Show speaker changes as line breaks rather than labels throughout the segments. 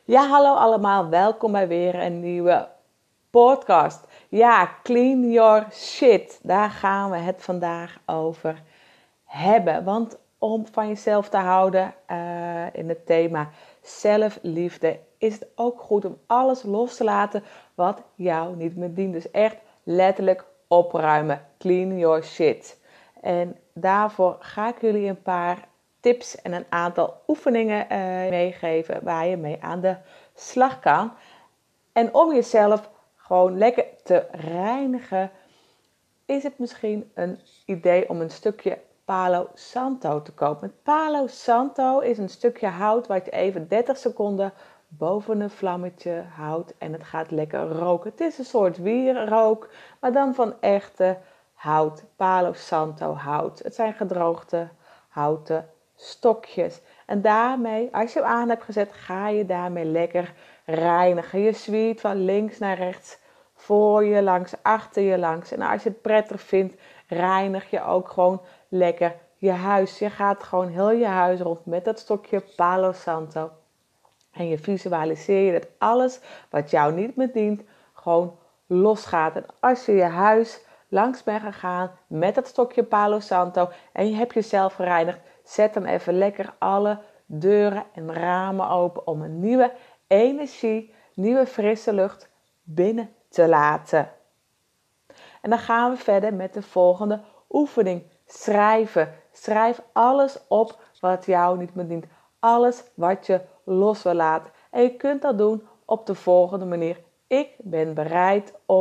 Ja, hallo allemaal. Welkom bij weer een nieuwe podcast. Ja, clean your shit. Daar gaan we het vandaag over hebben. Want om van jezelf te houden in het thema zelfliefde is het ook goed om alles los te laten wat jou niet meer dient. Dus echt letterlijk opruimen. Clean your shit. En daarvoor ga ik jullie een paar tips en een aantal oefeningen meegeven waar je mee aan de slag kan. En om jezelf gewoon lekker te reinigen, is het misschien een idee om een stukje Palo Santo te kopen. Het Palo Santo is een stukje hout wat je even 30 seconden boven een vlammetje houdt en het gaat lekker roken. Het is een soort wierook, maar dan van echte hout, Palo Santo hout. Het zijn gedroogde houten stokjes. En daarmee, als je hem aan hebt gezet, ga je daarmee lekker reinigen. Je zwiert van links naar rechts, voor je langs, achter je langs. En als je het prettig vindt, reinig je ook gewoon lekker je huis. Je gaat gewoon heel je huis rond met dat stokje Palo Santo. En je visualiseer je dat alles wat jou niet meer dient, gewoon losgaat. En als je je huis langs bent gegaan met dat stokje Palo Santo en je hebt jezelf gereinigd, zet dan even lekker alle deuren en ramen open om een nieuwe energie, nieuwe frisse lucht binnen te laten. En dan gaan we verder met de volgende oefening. Schrijven. Schrijf alles op wat jou niet meer dient. Alles wat je los wil laten. En je kunt dat doen op de volgende manier. Ik ben bereid om ...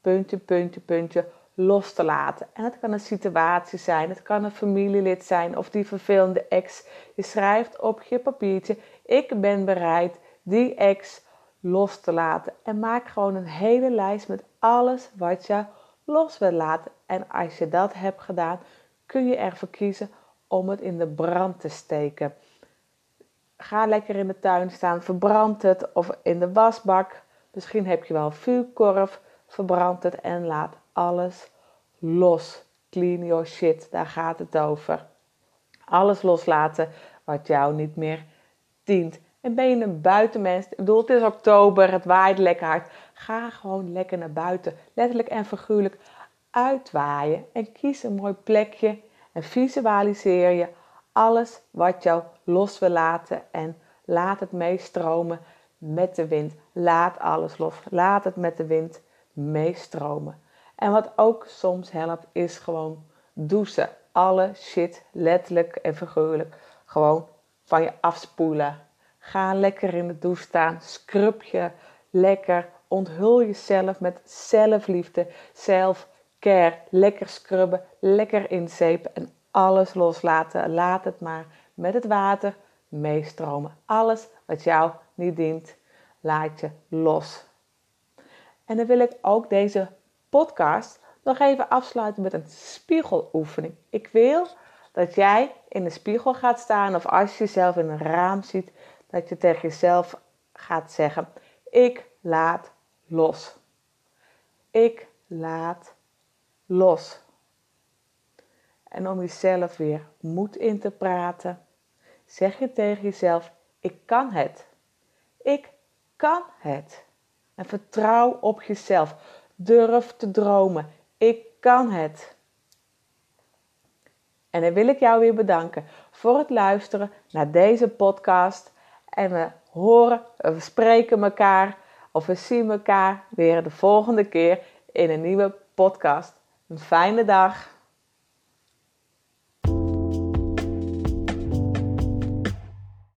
los te laten. En het kan een situatie zijn, het kan een familielid zijn of die vervelende ex. Je schrijft op je papiertje, ik ben bereid die ex los te laten. En maak gewoon een hele lijst met alles wat je los wil laten. En als je dat hebt gedaan, kun je ervoor kiezen om het in de brand te steken. Ga lekker in de tuin staan, verbrand het of in de wasbak. Misschien heb je wel vuurkorf, verbrand het en laat alles los. Clean your shit, daar gaat het over. Alles loslaten wat jou niet meer dient. En ben je een buitenmens, ik bedoel het is oktober, het waait lekker hard. Ga gewoon lekker naar buiten, letterlijk en figuurlijk uitwaaien. En kies een mooi plekje en visualiseer je alles wat jou los wil laten. En laat het meestromen met de wind. Laat alles los, laat het met de wind meestromen. En wat ook soms helpt is gewoon douchen. Alle shit, letterlijk en figuurlijk, gewoon van je afspoelen. Ga lekker in de douche staan, scrub je lekker, onthul jezelf met zelfliefde, self-care. Lekker scrubben, lekker inzeepen en alles loslaten. Laat het maar met het water meestromen. Alles wat jou niet dient, laat je los. En dan wil ik ook deze podcast nog even afsluiten met een spiegeloefening. Ik wil dat jij in de spiegel gaat staan of als je jezelf in een raam ziet, dat je tegen jezelf gaat zeggen, ik laat los. Ik laat los. En om jezelf weer moed in te praten, zeg je tegen jezelf, ik kan het. Ik kan het. En vertrouw op jezelf. Durf te dromen. Ik kan het. En dan wil ik jou weer bedanken voor het luisteren naar deze podcast. En we spreken elkaar of we zien elkaar weer de volgende keer in een nieuwe podcast. Een fijne dag.